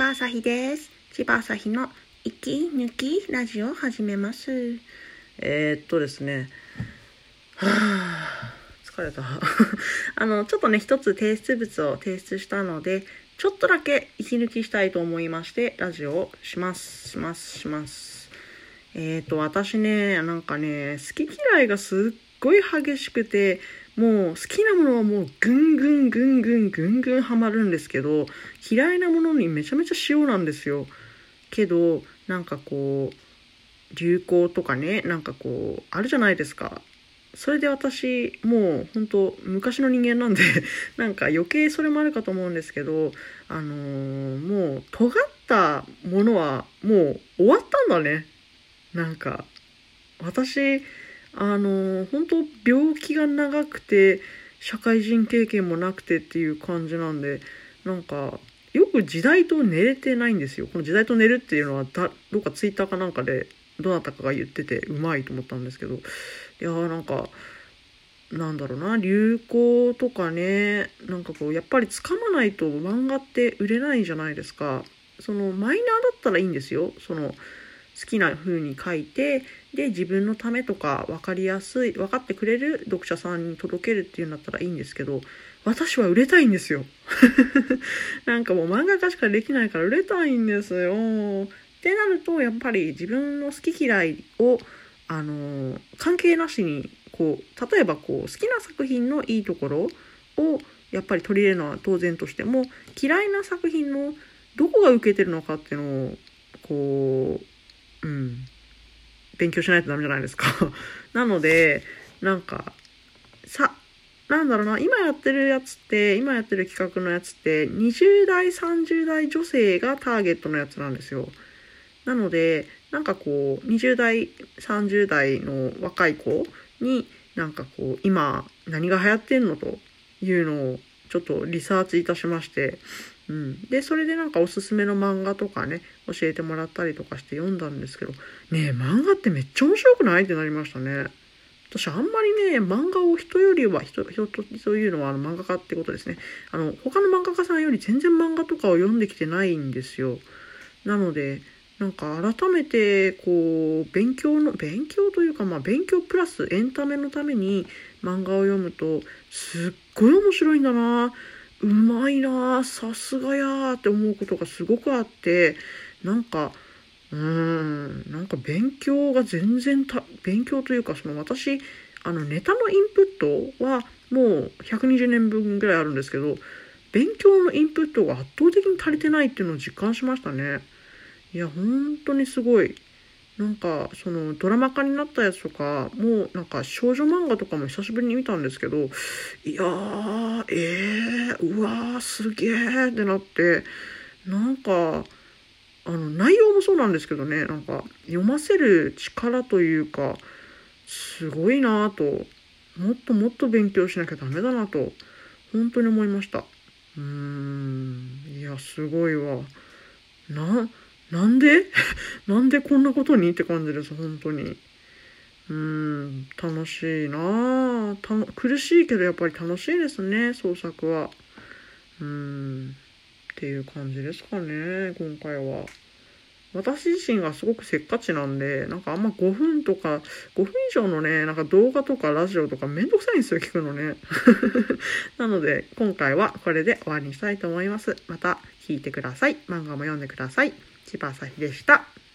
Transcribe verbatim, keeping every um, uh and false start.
葉あさひです。千葉あさひの息抜きラジオを始めます。えー、っとですね、はぁ、疲れた。あの、ちょっとね、一つ提出物を提出したので、ちょっとだけ息抜きしたいと思いまして、ラジオをします、します、します。えー、っと、私ね、なんかね、好き嫌いがすっごい激しくて、もう好きなものはもうぐんぐんぐんぐんぐんぐんハマるんですけど、嫌いなものにめちゃめちゃ塩なんですよ。けどなんかこう流行とかね、なんかこうあるじゃないですか。それで私もう本当昔の人間なんでなんか余計それもあるかと思うんですけど、あのー、もう尖ったものはもう終わったんだね。なんか私あのー、本当病気が長くて社会人経験もなくてっていう感じなんで、なんかよく時代と寝れてないんですよ。この時代と寝るっていうのはだどっかツイッターかなんかでどなたかが言っててうまいと思ったんですけど、いやーなんかなんだろうな、流行とかね、なんかこうやっぱりつかまないと漫画って売れないじゃないですか。そのマイナーだったらいいんですよ。その好きな風に書いて、で自分のためとか分かりやすい分かってくれる読者さんに届けるっていうんだったらいいんですけど、私は売れたいんですよなんかもう漫画家しかできないから売れたいんですよってなると、やっぱり自分の好き嫌いをあの関係なしにこう、例えばこう好きな作品のいいところをやっぱり取り入れるのは当然としても、嫌いな作品のどこが受けてるのかっていうのをこううん、勉強しないとダメじゃないですかなのでなんかさなんだろうな、今やってるやつって今やってる企画のやつってにじゅう代さんじゅう代女性がターゲットのやつなんですよ。なのでなんかこうにじゅう代さんじゅう代の若い子になんかこう今何が流行ってんのというのをちょっとリサーチいたしまして、うん、でそれでなんかおすすめの漫画とかね教えてもらったりとかして読んだんですけどね、え漫画ってめっちゃ面白くないってなりましたね。私あんまりね漫画を人よりは人人とそういうのはあの漫画家ってことですね、あの他の漫画家さんより全然漫画とかを読んできてないんですよ。なのでなんか改めてこう勉強の勉強というか、まあ勉強プラスエンタメのために漫画を読むとすっごい面白いんだな、うまいな、さすがやーって思うことがすごくあって、なんかうーんなんか勉強が全然た勉強というか、その私あのネタのインプットはもうひゃくにじゅうねんぶんぐらいあるんですけど、勉強のインプットが圧倒的に足りてないっていうのを実感しましたね。いや本当にすごい。なんかそのドラマ化になったやつとかもうなんか少女漫画とかも久しぶりに見たんですけど、いやーえー、うわーすげーってなって、なんかあの内容もそうなんですけどね、なんか読ませる力というかすごいなぁと、もっともっと勉強しなきゃダメだなと本当に思いました。うーんいやすごいわ。ななんでなんでこんなことにって感じです本当に。うーん楽しいなた苦しいけどやっぱり楽しいですね創作は。うーんっていう感じですかね今回は。私自身がすごくせっかちなんで、なんかあんまごふんとかごふん以上のねなんか動画とかラジオとかめんどくさいんですよ聞くのねなので今回はこれで終わりにしたいと思います。また聞いてください。漫画も読んでください。千葉あさひでした。